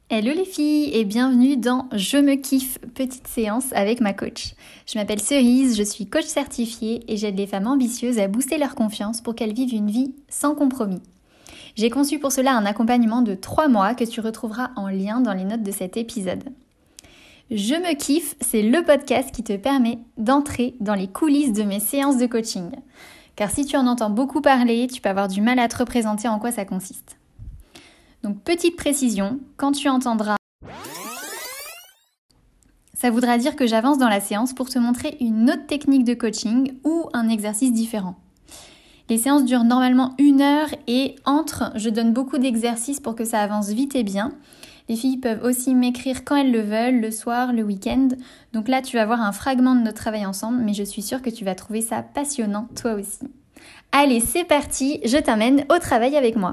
Hello les filles et bienvenue dans Je me kiffe, petite séance avec ma coach. Je m'appelle Cerise, je suis coach certifiée et j'aide les femmes ambitieuses à booster leur confiance pour qu'elles vivent une vie sans compromis. J'ai conçu pour cela un accompagnement de 3 mois que tu retrouveras en lien dans les notes de cet épisode. Je me kiffe, c'est le podcast qui te permet d'entrer dans les coulisses de mes séances de coaching. Car si tu en entends beaucoup parler, tu peux avoir du mal à te représenter en quoi ça consiste. Donc petite précision, quand tu entendras, ça voudra dire que j'avance dans la séance pour te montrer une autre technique de coaching ou un exercice différent. Les séances durent normalement 1 heure et je donne beaucoup d'exercices pour que ça avance vite et bien. Les filles peuvent aussi m'écrire quand elles le veulent, le soir, le week-end. Donc là, tu vas voir un fragment de notre travail ensemble, mais je suis sûre que tu vas trouver ça passionnant toi aussi. Allez, c'est parti, je t'amène au travail avec moi.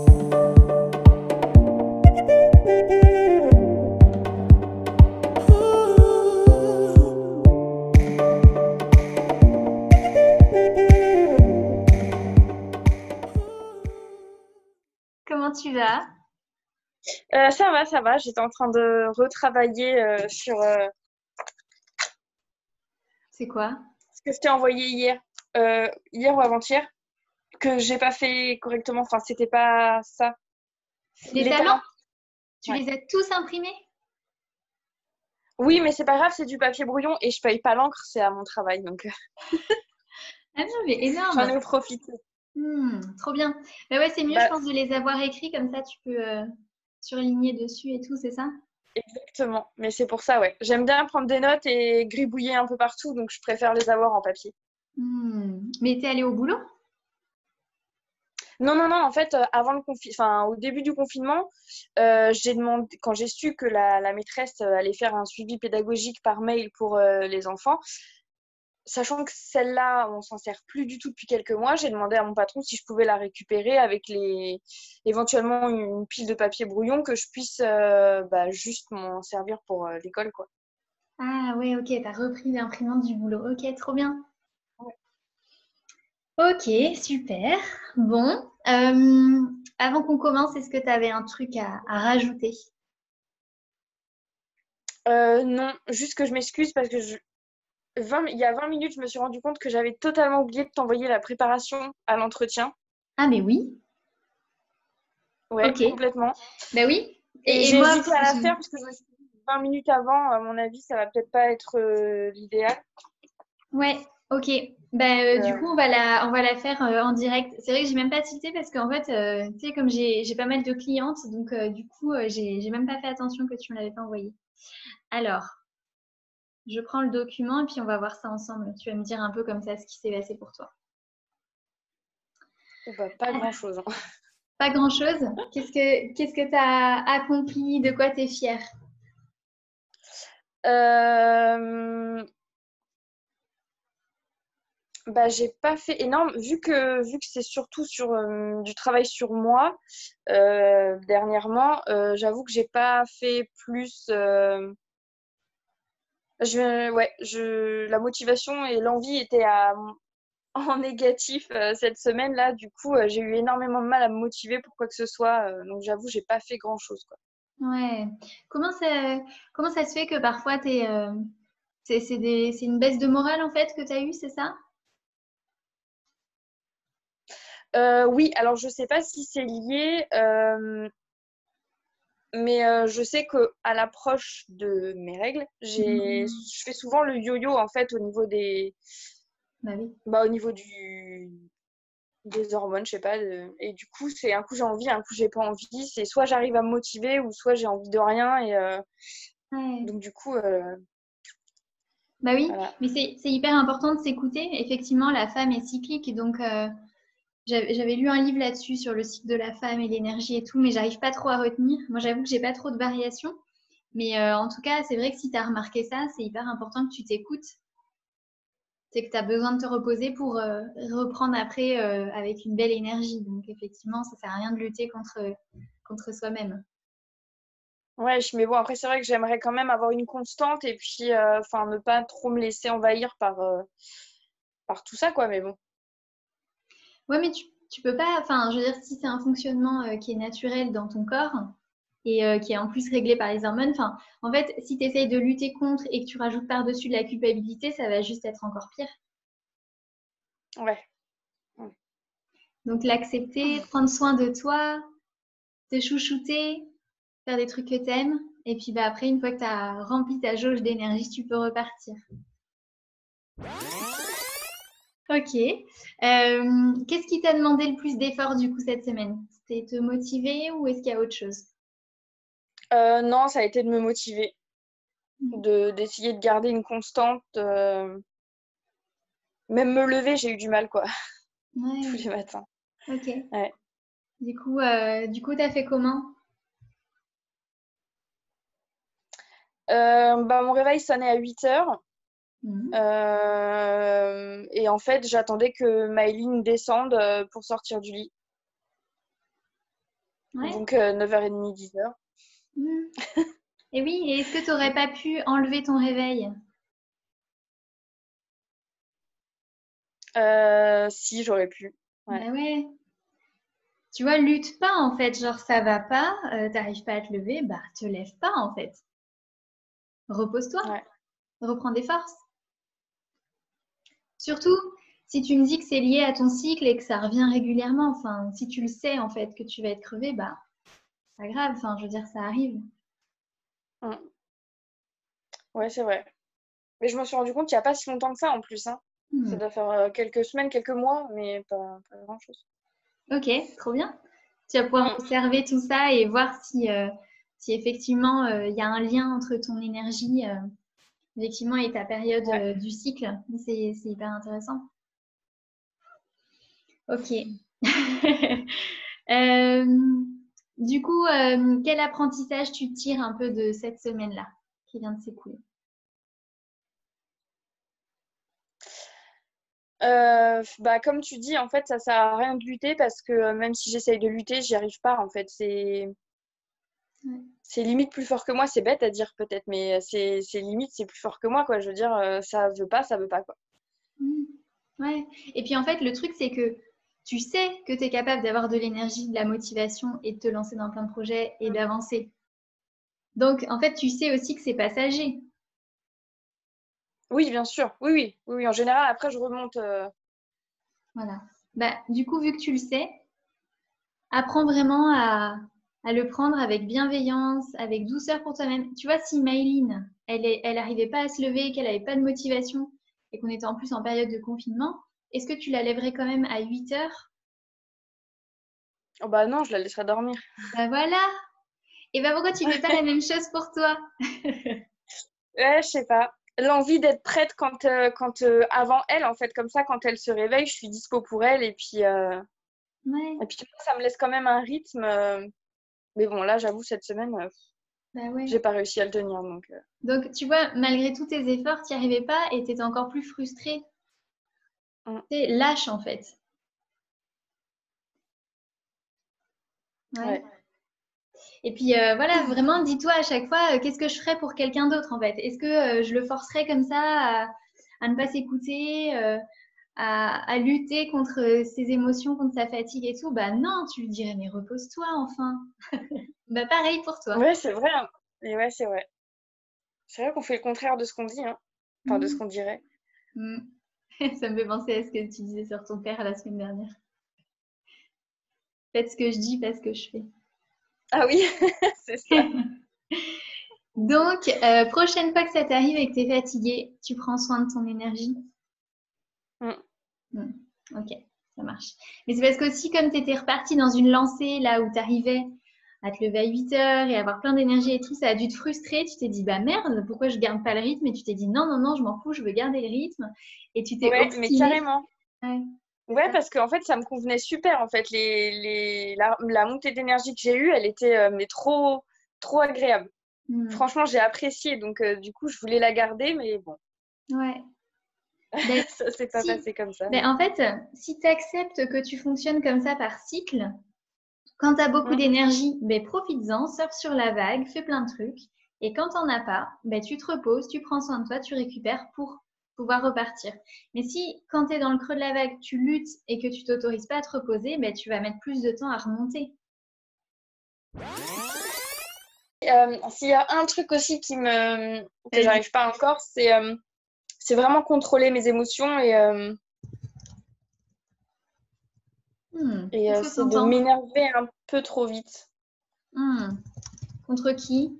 Comment tu vas? Ça va. J'étais en train de retravailler sur C'est quoi? ce que je t'ai envoyé hier ou avant-hier, que j'ai pas fait correctement. Enfin, c'était pas ça. Les Les talents? talents. Tu Ouais. les as tous imprimés? Oui, mais c'est pas grave, c'est du papier brouillon et je paye pas l'encre, c'est à mon travail, donc Ah non, mais j'en énorme! ai profité. Trop bien. Bah ouais, c'est mieux, je Bah, pense, de les avoir écrits, comme ça tu peux surligner dessus et tout, c'est ça? exactement. Mais c'est pour ça, ouais. J'aime bien prendre des notes et gribouiller un peu partout, donc je préfère les avoir en papier. Mais t'es allée au boulot? Non, non, non, en fait, au début du confinement, j'ai demandé, quand j'ai su que la maîtresse allait faire un suivi pédagogique par mail pour les enfants, sachant que celle-là, on s'en sert plus du tout depuis quelques mois, j'ai demandé à mon patron si je pouvais la récupérer avec éventuellement une pile de papier brouillon que je puisse juste m'en servir pour l'école, quoi. Ah ouais, ok, t'as repris l'imprimante du boulot. Ok, trop bien. Ok, super. Bon, avant qu'on commence, est-ce que tu avais un truc à rajouter? Non, juste que je m'excuse parce que il y a 20 minutes, je me suis rendu compte que j'avais totalement oublié de t'envoyer la préparation à l'entretien. Ah mais oui, Ouais, ok. complètement. Bah oui. Et Et j'ai moi, hésité à la faire parce que je me suis dit 20 minutes avant, à mon avis, ça va peut-être pas être l'idéal. ouais, ok. Bah, du Euh, coup, on va la faire en direct. C'est vrai que j'ai même pas tilté parce qu'en fait, tu sais, comme j'ai pas mal de clientes, donc du coup, j'ai même pas fait attention que tu me l'avais pas envoyé. Alors, je prends le document et puis on va voir ça ensemble. Tu vas me dire un peu comme ça ce qui s'est passé pour toi. pas grand-chose, hein. Pas grand-chose. Qu'est-ce que tu as accompli? De quoi tu es fière? Euh, j'ai pas fait énorme, vu que c'est surtout sur du travail sur moi dernièrement, j'avoue que j'ai pas fait plus. La motivation et l'envie étaient en négatif cette semaine-là. Du coup, j'ai eu énormément de mal à me motiver pour quoi que ce soit. Donc, j'avoue, j'ai pas fait grand-chose, quoi. Ouais. Comment ça se fait que parfois c'est une baisse de morale en fait que tu as eue, c'est ça? Oui, alors je sais pas si c'est lié, mais je sais que à l'approche de mes règles, Mhm. je fais souvent le yo-yo en fait Bah oui. au niveau des hormones, je sais pas. Et du coup, c'est un coup j'ai envie, un coup j'ai pas envie. C'est soit j'arrive à me motiver ou soit j'ai envie de rien. Et Ouais. donc du coup, Bah oui, voilà. mais c'est hyper important de s'écouter. Effectivement, la femme est cyclique, donc j'avais lu un livre là-dessus sur le cycle de la femme et l'énergie et tout, mais j'arrive pas trop à retenir. Moi, j'avoue que j'ai pas trop de variations, mais en tout cas, c'est vrai que si tu as remarqué ça, c'est hyper important que tu t'écoutes. C'est que tu as besoin de te reposer pour reprendre après avec une belle énergie. Donc effectivement, ça sert à rien de lutter contre soi-même. Ouais, mais bon, après, c'est vrai que j'aimerais quand même avoir une constante et puis, enfin, ne pas trop me laisser envahir par tout ça, quoi. Mais bon. Ouais, mais tu peux pas, enfin, je veux dire, si c'est un fonctionnement qui est naturel dans ton corps, et qui est en plus réglé par les hormones. Enfin, en fait, si tu essayes de lutter contre et que tu rajoutes par-dessus de la culpabilité, ça va juste être encore pire. Ouais. Donc, l'accepter, prendre soin de toi, te chouchouter, faire des trucs que t'aimes. Et puis bah, après, une fois que tu as rempli ta jauge d'énergie, tu peux repartir. Ok. Qu'est-ce qui t'a demandé le plus d'efforts du coup cette semaine? C'était te motiver ou est-ce qu'il y a autre chose? Non, ça a été de me motiver, d'essayer de garder une constante. Même me lever, j'ai eu du mal, quoi, tous Ouais, les matins. ok. Ouais. Du coup, t'as fait comment? Bah, mon réveil sonnait à 8 heures. Mhm. Et en fait, j'attendais que Maëline descende pour sortir du lit. Ouais. Donc 9h30, 10 heures. Mhm. Et oui, et est-ce que tu n'aurais pas pu enlever ton réveil? Si, j'aurais pu. Ouais. Bah ouais. Tu vois, lutte pas en fait. Genre, ça va pas, t'arrives pas à te lever, bah te lève pas en fait. Repose-toi, Ouais. reprends des forces. Surtout, si tu me dis que c'est lié à ton cycle et que ça revient régulièrement, enfin, si tu le sais en fait que tu vas être crevé, bah, c'est pas grave, enfin, je veux dire, ça arrive. Mm. Ouais, c'est vrai. Mais je me suis rendu compte il n'y a pas si longtemps que ça en plus, hein. Ça Hmm. doit faire quelques semaines, quelques mois, mais pas grand-chose. Ok, trop bien. Tu vas pouvoir Mm. observer tout ça et voir si effectivement il y a un lien entre ton énergie effectivement et ta période Ouais. du cycle. C'est hyper intéressant. Ok. Euh, du coup, quel apprentissage tu tires un peu de cette semaine-là qui vient de s'écouler? Bah, comme tu dis, en fait, ça sert à rien de lutter parce que même si j'essaye de lutter, j'y arrive pas. En fait, Ouais. c'est limite plus fort que moi. C'est bête à dire peut-être, mais c'est limite, c'est plus fort que moi, quoi. Je veux dire, ça veut pas, quoi. Mm. Ouais. Et puis en fait, le truc, c'est que tu sais que tu es capable d'avoir de l'énergie, de la motivation et de te lancer dans plein de projets et d'avancer. Donc, en fait, tu sais aussi que c'est passager. Oui, bien sûr. Oui, oui, oui, oui. En général, après, je remonte. Voilà. Bah, du coup, vu que tu le sais, apprends vraiment à le prendre avec bienveillance, avec douceur pour toi-même. Tu vois, si Maïline, elle arrivait pas à se lever, qu'elle avait pas de motivation et qu'on était en plus en période de confinement, est-ce que tu la lèverais quand même à 8 heures? Oh, bah non, je la laisserai dormir. Bah voilà. Et bah pourquoi tu fais pas la même chose pour toi? Ouais, je sais pas. L'envie d'être prête avant elle, en fait, comme ça, quand elle se réveille, je suis dispo pour elle. Ouais, Et puis moi, ça me laisse quand même un rythme. Mais bon, là, j'avoue, cette semaine, bah ouais. j'ai pas réussi à le tenir. Donc, Donc, tu vois, malgré tous tes efforts, tu n'y arrivais pas et tu étais encore plus frustrée. mm, Tu lâche en fait. Ouais. ouais. Et puis voilà, vraiment, dis-toi à chaque fois, qu'est-ce que je ferais pour quelqu'un d'autre en fait? Est-ce que je le forcerais comme ça à ne pas s'écouter, à lutter contre ses émotions, contre sa fatigue et tout? Bah non, tu lui dirais, mais repose-toi enfin. Bah pareil pour toi. Ouais, c'est vrai, hein. Et ouais, c'est vrai. C'est vrai qu'on fait le contraire de ce qu'on dit, hein. Enfin, de ce Mm. qu'on dirait. Mm. Ça me fait penser à ce que tu disais sur ton père la semaine dernière. Faites ce que je dis, pas ce que je fais. Ah oui, c'est ça. Donc, prochaine fois que ça t'arrive et que tu es fatigué, tu prends soin de ton énergie. Mm. Hmm. Ok, ça marche. Mais c'est parce qu'aussi, comme tu étais reparti dans une lancée là où tu arrivais à te lever à 8 heures et avoir plein d'énergie et tout, ça a dû te frustrer. Tu t'es dit, bah merde, pourquoi je garde pas le rythme? Et tu t'es dit, non, non, non, je m'en fous, je veux garder le rythme. Et tu t'es Ouais, mais obstiné. carrément. Ouais, c'est Ouais, ça. parce qu'en fait, ça me convenait super. En fait, la montée d'énergie que j'ai eue, elle était mais trop agréable. Hmm. Franchement, j'ai apprécié. Donc, du coup, je voulais la garder, mais bon, Ouais. Ben, ça s'est pas si, passé comme ça. ben, en fait, si tu acceptes que tu fonctionnes comme ça par cycle, quand tu as beaucoup Mm. d'énergie, ben, profites-en, surfe sur la vague, fais plein de trucs. Et quand t'en as pas, ben, tu te reposes, tu prends soin de toi, tu récupères pour pouvoir repartir. Mais si, quand tu es dans le creux de la vague, tu luttes et que tu t'autorises pas à te reposer, ben, tu vas mettre plus de temps à remonter. s'il y a un truc aussi que Vas-y. j'arrive pas encore, c'est vraiment contrôler mes émotions et Qu'est-ce que tu c'est de entends? m'énerver un peu trop vite. Contre qui?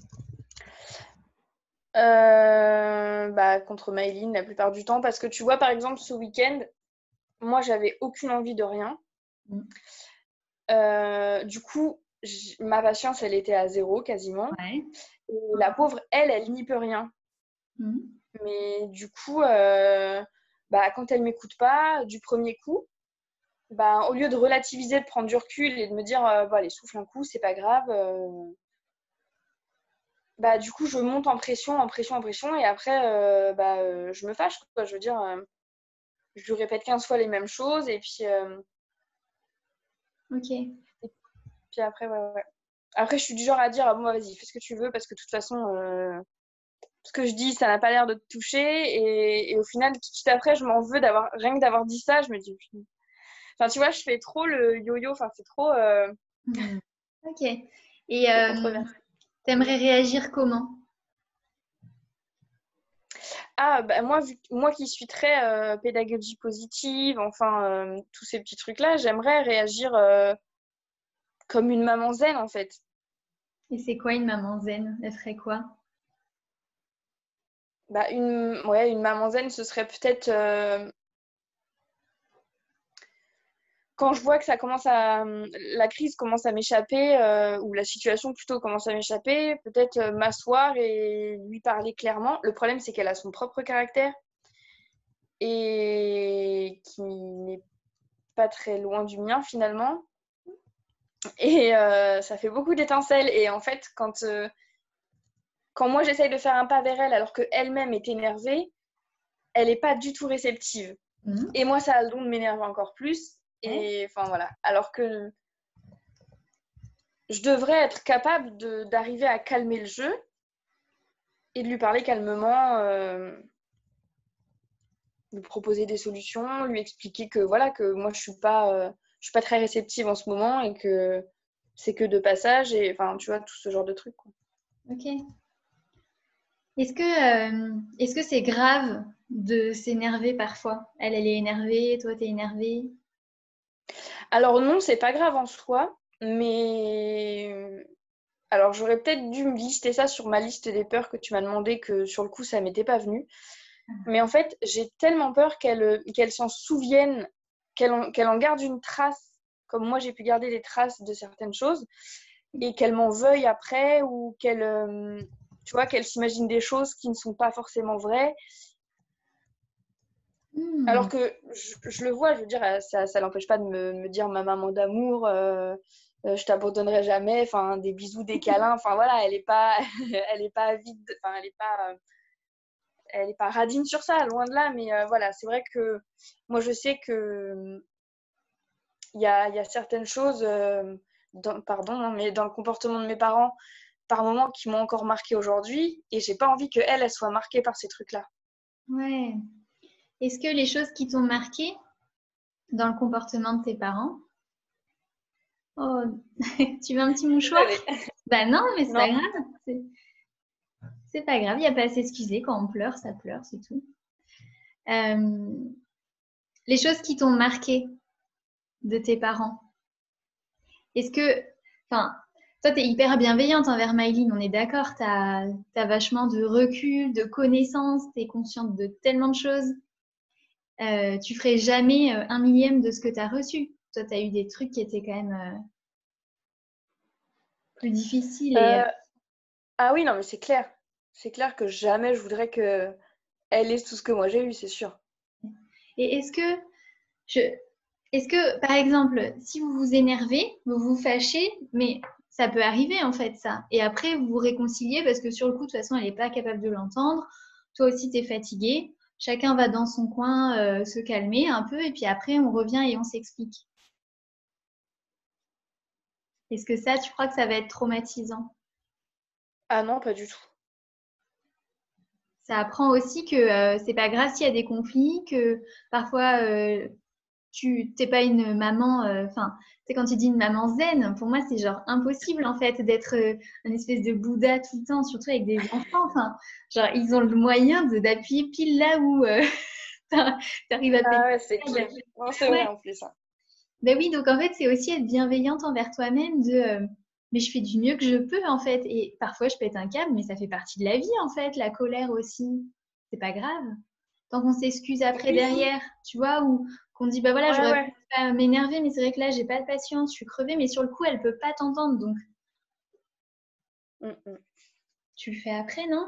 Bah, contre Maëline la plupart du temps, parce que tu vois, par exemple, ce week-end, moi, j'avais aucune envie de rien. Hmm. Du coup, ma patience, elle était à zéro quasiment. Ouais. Et la pauvre, elle n'y peut rien. Hmm. Mais du coup, bah, quand elle m'écoute pas du premier coup, bah, au lieu de relativiser, de prendre du recul et de me dire, bon, allez, souffle un coup, c'est pas grave, bah, du coup, je monte en pression, en pression, en pression, et après, je me fâche, quoi. Je veux dire, je lui répète 15 fois les mêmes choses, Ok. et puis après, ouais, ouais. Après, je suis du genre à dire, ah bon, bah, vas-y, fais ce que tu veux, parce que de toute façon, ce que je dis, ça n'a pas l'air de te toucher, et au final, tout de suite après, je m'en veux rien que d'avoir dit ça, je me dis, enfin, tu vois, je fais trop le yo-yo, enfin, c'est trop, Hmm. Ok. Et trop controversé. t'aimerais réagir comment? Ah, bah, moi qui suis très pédagogie positive, enfin, tous ces petits trucs-là, j'aimerais réagir comme une maman zen, en fait. Et c'est quoi une maman zen? Elle ferait quoi? Bah, une maman zen, ce serait peut-être quand je vois que la crise commence à m'échapper, ou la situation plutôt commence à m'échapper, peut-être m'asseoir et lui parler clairement. Le problème, c'est qu'elle a son propre caractère et qui n'est pas très loin du mien finalement. Et ça fait beaucoup d'étincelles. Et en fait, quand moi j'essaye de faire un pas vers elle alors qu'elle-même est énervée, elle n'est pas du tout réceptive. Hmm. Et moi, ça a le don de m'énerver encore plus. Ouais. Et enfin voilà. Alors que je devrais être capable d'arriver à calmer le jeu et de lui parler calmement, lui proposer des solutions, lui expliquer que voilà, que moi je suis pas très réceptive en ce moment et que c'est que de passage et enfin tu vois tout ce genre de trucs, quoi. Ok. Est-ce que c'est grave de s'énerver parfois? Elle est énervée, toi, t'es énervée. Alors non, c'est pas grave en soi, mais alors j'aurais peut-être dû me lister ça sur ma liste des peurs que tu m'as demandé que sur le coup ça m'était pas venu. Mais en fait, j'ai tellement peur qu'elle s'en souvienne, qu'elle en garde une trace, comme moi j'ai pu garder des traces de certaines choses, et qu'elle m'en veuille après, ou tu vois, qu'elle s'imagine des choses qui ne sont pas forcément vraies. Hmm. Alors que je le vois, je veux dire, ça l'empêche pas de me dire ma maman d'amour, je t'abandonnerai jamais, enfin des bisous, des câlins, enfin voilà, elle est pas, elle est pas avide, enfin elle est pas radine sur ça, loin de là, mais voilà, c'est vrai que moi je sais que il y a certaines choses, pardon, hein, mais dans le comportement de mes parents, par moments, qui m'ont encore marqué aujourd'hui, et j'ai pas envie que elle soit marquée par ces trucs-là. Ouais. Est-ce que les choses qui t'ont marqué dans le comportement de tes parents... Oh, tu veux un petit mouchoir? Désolée. Bah non, mais c'est Non. pas grave. C'est pas grave, il n'y a pas à s'excuser. Quand on pleure, ça pleure, c'est tout. Euh, les choses qui t'ont marqué de tes parents. Est-ce que... Enfin, toi, tu es hyper bienveillante envers Maïline, on est d'accord. Tu as vachement de recul, de connaissances, tu es consciente de tellement de choses. Tu ferais jamais un millième de ce que tu as reçu. Toi, tu as eu des trucs qui étaient quand même plus difficiles. Euh, ah oui, non, mais c'est clair. C'est clair que jamais je voudrais que elle ait tout ce que moi j'ai eu, c'est sûr. Et je, est-ce que, par exemple, si vous vous énervez, vous vous fâchez, mais ça peut arriver en fait ça. Et après, vous vous réconciliez parce que sur le coup, de toute façon, elle n'est pas capable de l'entendre. Toi aussi, tu es fatigué. Chacun va dans son coin se calmer un peu et puis après, on revient et on s'explique. Est-ce que ça, tu crois que ça va être traumatisant? Ah non, pas du tout. Ça apprend aussi que c'est pas grave s'il y a des conflits, que parfois tu t'es pas une maman, enfin, tu sais, quand tu dis une maman zen, pour moi, c'est genre impossible en fait d'être un espèce de Bouddha tout le temps, surtout avec des enfants. Enfin, genre, ils ont le moyen d'appuyer pile là où t'arrives à Ah péter. ouais, c'est clair. Non, c'est vrai Ouais. en plus, hein. Ben oui, donc en fait, c'est aussi être bienveillante envers toi-même de mais je fais du mieux que je peux en fait. Et parfois, je pète un câble, mais ça fait partie de la vie en fait, la colère aussi. C'est pas grave. Tant qu'on s'excuse après Oui, derrière, tu vois, ou qu'on dit bah voilà, ouais, j'aurais ouais. pas m'énerver, mais c'est vrai que là, j'ai pas de patience, je suis crevée, mais sur le coup, elle peut pas t'entendre, donc Mm, mm. tu le fais après, non?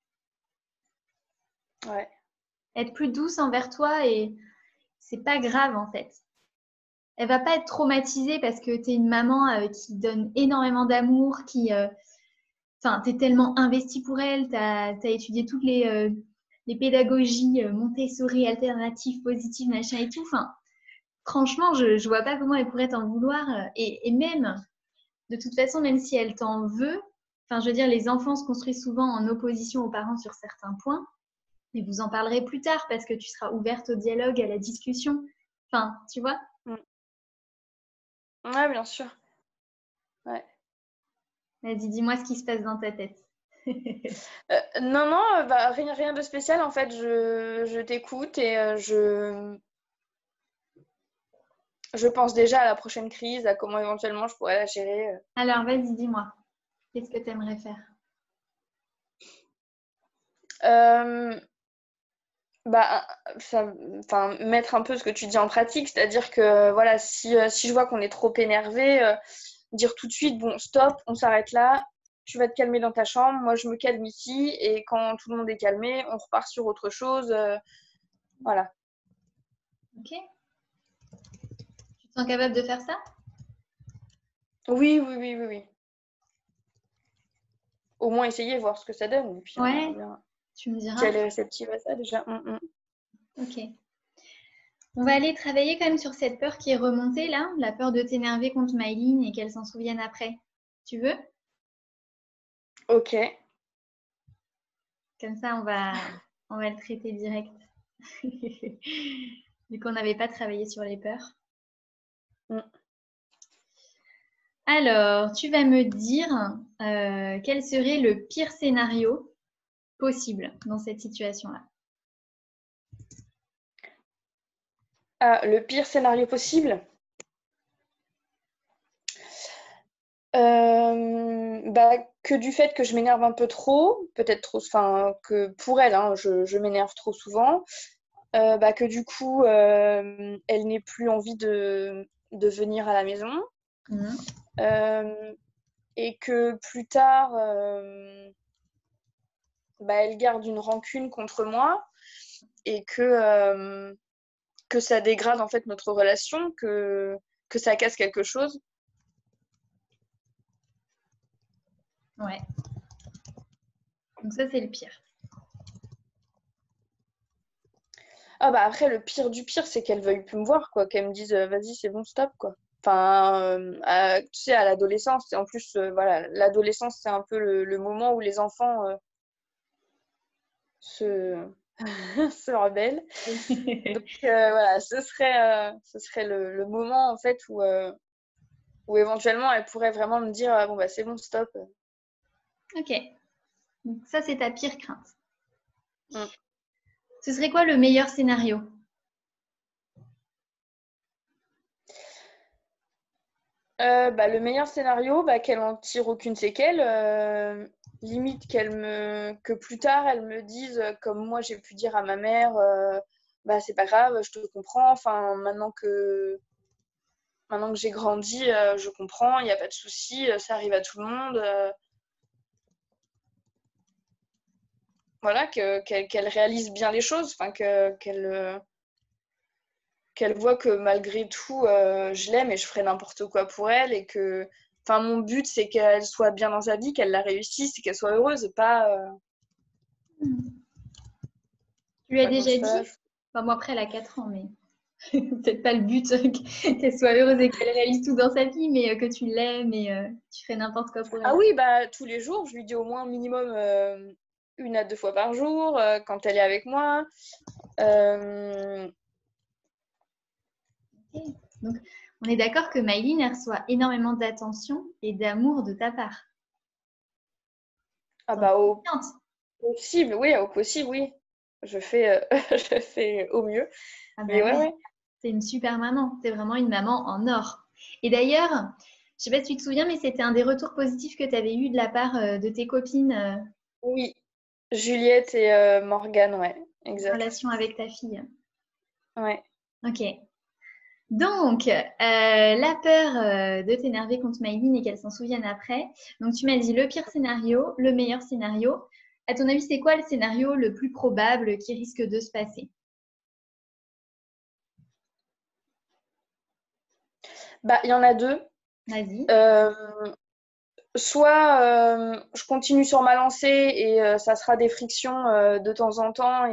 Ouais. Être plus douce envers toi et c'est pas grave en fait. Elle va pas être traumatisée parce que tu es une maman qui donne énormément d'amour, qui, enfin, tu es tellement investie pour elle, tu as étudié toutes les pédagogies Montessori, alternatives, positives, machin et tout. Enfin, franchement, je vois pas comment elle pourrait t'en vouloir. Et même, de toute façon, même si elle t'en veut, enfin, je veux dire, les enfants se construisent souvent en opposition aux parents sur certains points. Et vous en parlerez plus tard parce que tu seras ouverte au dialogue, à la discussion. Enfin, tu vois? Mm. Ouais, bien sûr. Ouais. Vas-y, dis-moi ce qui se passe dans ta tête. Non, non, bah, rien de spécial en fait. Je t'écoute et je pense déjà à la prochaine crise, à comment éventuellement je pourrais la gérer. Alors, vas-y, dis-moi. Qu'est-ce que tu aimerais faire? Euh, Bah, enfin, mettre un peu ce que tu dis en pratique, c'est-à-dire que voilà, si je vois qu'on est trop énervé, dire tout de suite, bon, stop, on s'arrête là, tu vas te calmer dans ta chambre, moi je me calme ici, et quand tout le monde est calmé, on repart sur autre chose. Voilà. Ok. Tu te sens capable de faire ça? Oui, oui, oui, oui, oui. Au moins essayer, voir ce que ça donne, et puis on Ouais, verra. tu me Si diras. elle est réceptive à ça déjà. Ok. On va aller travailler quand même sur cette peur qui est remontée là, la peur de t'énerver contre Maïline et qu'elle s'en souvienne après. Tu veux? Ok. Comme ça, on va le traiter direct. Vu qu'on n'avait pas travaillé sur les peurs. Mm. Alors, tu vas me dire quel serait le pire scénario possible dans cette situation-là. Ah, le pire scénario possible? Bah, que du fait que je m'énerve un peu trop, peut-être trop, enfin, que pour elle, hein, je m'énerve trop souvent, bah, que du coup, elle n'ait plus envie de venir à la maison, Mhm. euh, et que plus tard, bah, elle garde une rancune contre moi, et que ça dégrade en fait notre relation, que ça casse quelque chose. Ouais. Donc ça, c'est le pire. Ah bah après, le pire du pire, c'est qu'elle veuille plus me voir, quoi, qu'elle me dise vas-y, c'est bon, stop, quoi. Enfin, tu sais, à l'adolescence, et en plus, voilà, l'adolescence, c'est un peu le moment où les enfants se, se rebellent. Donc voilà, ce serait le moment, en fait, où éventuellement, elle pourrait vraiment me dire bon, bah c'est bon, stop. Ok. Donc ça, c'est ta pire crainte. Mm. Ce serait quoi le meilleur scénario? Bah, le meilleur scénario, bah, qu'elle en tire aucune séquelle. Limite que plus tard, elle me dise, comme moi j'ai pu dire à ma mère, bah c'est pas grave, je te comprends. Enfin, maintenant que j'ai grandi, je comprends, il n'y a pas de souci, ça arrive à tout le monde. Voilà, qu'elle réalise bien les choses, enfin, qu'elle voit que malgré tout, je l'aime et je ferai n'importe quoi pour elle et que, enfin, mon but c'est qu'elle soit bien dans sa vie, qu'elle la réussisse et qu'elle soit heureuse et pas, Tu lui as pas qu'on déjà se dit? fâche. Enfin, moi, après, elle a 4 ans, mais peut-être pas le but qu'elle soit heureuse et qu'elle réalise tout dans sa vie, mais que tu l'aimes et tu fais n'importe quoi pour Ah elle. oui, bah tous les jours, je lui dis au moins minimum 1 à 2 fois par jour quand elle est avec moi. Euh, Ok. Donc, on est d'accord que Maïline, elle reçoit énormément d'attention et d'amour de ta part. Ah T'en es bah au consciente? possible, oui, au possible, oui. Je fais, je fais au mieux. Ah bah Mais ouais, oui, ouais. t'es une super maman. T'es vraiment une maman en or. Et d'ailleurs, je sais pas si tu te souviens, mais c'était un des retours positifs que tu avais eu de la part de tes copines, Oui, Juliette et Morgane, ouais, en exact. relation avec ta fille. Ouais. Ok. Donc, la peur de t'énerver contre Maïline et qu'elle s'en souvienne après. Donc, tu m'as dit le pire scénario, le meilleur scénario. À ton avis, c'est quoi le scénario le plus probable qui risque de se passer? Bah, il y en a deux. Vas-y. Euh, Soit je continue sur ma lancée et ça sera des frictions de temps en temps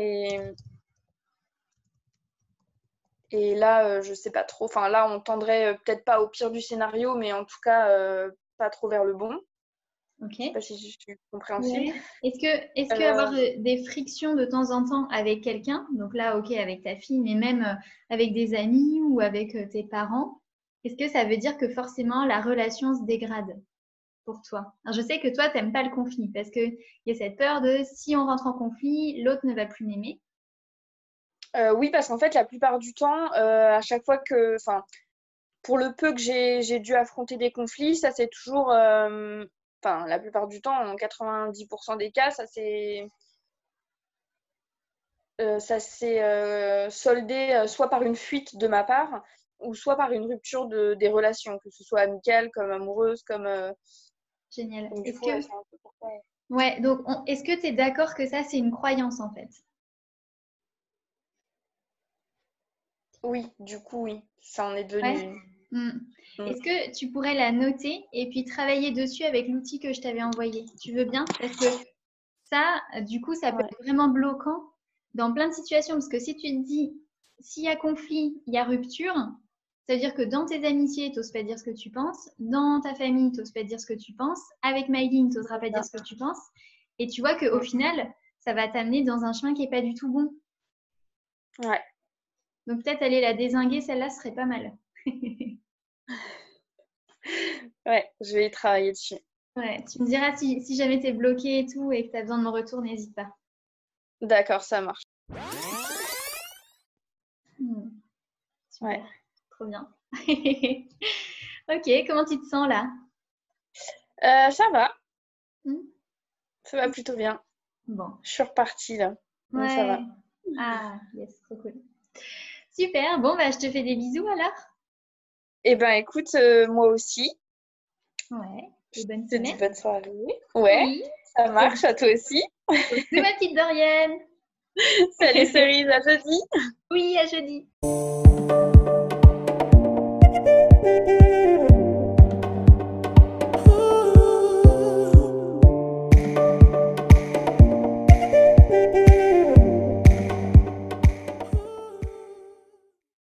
et là je sais pas trop. Enfin là on tendrait peut-être pas au pire du scénario, mais en tout cas pas trop vers le bon. Je sais Ok. pas si je suis compréhensible. Ouais. Est-ce que avoir Euh, des frictions de temps en temps avec quelqu'un, donc là, ok, avec ta fille, mais même avec des amis ou avec tes parents, est-ce que ça veut dire que forcément la relation se dégrade pour toi? Alors, je sais que toi, t'aimes pas le conflit parce que il y a cette peur de si on rentre en conflit, l'autre ne va plus m'aimer. oui, parce qu'en fait la plupart du temps, à chaque fois que, enfin, pour le peu que j'ai dû affronter des conflits, ça c'est toujours, enfin la plupart du temps, en 90% des cas, ça s'est soldé soit par une fuite de ma part, ou soit par une rupture des relations, que ce soit amicale, comme amoureuse, comme. Génial. Donc, du Est-ce coup, ouais, que, c'est un peu pourquoi. ouais, donc est-ce que tu es d'accord que ça, c'est une croyance en fait? Oui, du coup, oui, ça en est Ouais. devenu une. Hmm. Mm. Est-ce que tu pourrais la noter et puis travailler dessus avec l'outil que je t'avais envoyé? Tu veux bien? Parce que ça, du coup, ça peut Ouais, être vraiment bloquant dans plein de situations. Parce que si tu te dis, s'il y a conflit, il y a rupture, ça veut dire que dans tes amitiés, tu n'oses pas dire ce que tu penses. Dans ta famille, tu n'oses pas dire ce que tu penses. Avec Maïline, tu n'oseras c'est pas dire ça. ce que tu penses. Et tu vois qu'au Mm. final, ça va t'amener dans un chemin qui n'est pas du tout bon. Ouais, Donc peut-être aller la dézinguer, celle-là serait pas mal. ouais, je vais y travailler dessus. Ouais, tu me diras si jamais tu es bloqué et tout et que tu as besoin de mon retour, n'hésite pas. D'accord, ça marche. Hmm, Ouais. super, trop bien. Ok, comment tu te sens là? Ça Hmm. va plutôt bien. Bon, Je suis repartie là, donc ça ouais. va. Ah, yes, trop cool. Super, bon, bah, je te fais des bisous alors. Eh ben, écoute, moi aussi, Ouais, je et bonne te dis semaine. bonne soirée. Ouais, Oui, ça trop marche, bien. à toi aussi. Bisous, ma petite Dorienne. Salut Cerise, à jeudi. Oui, à jeudi.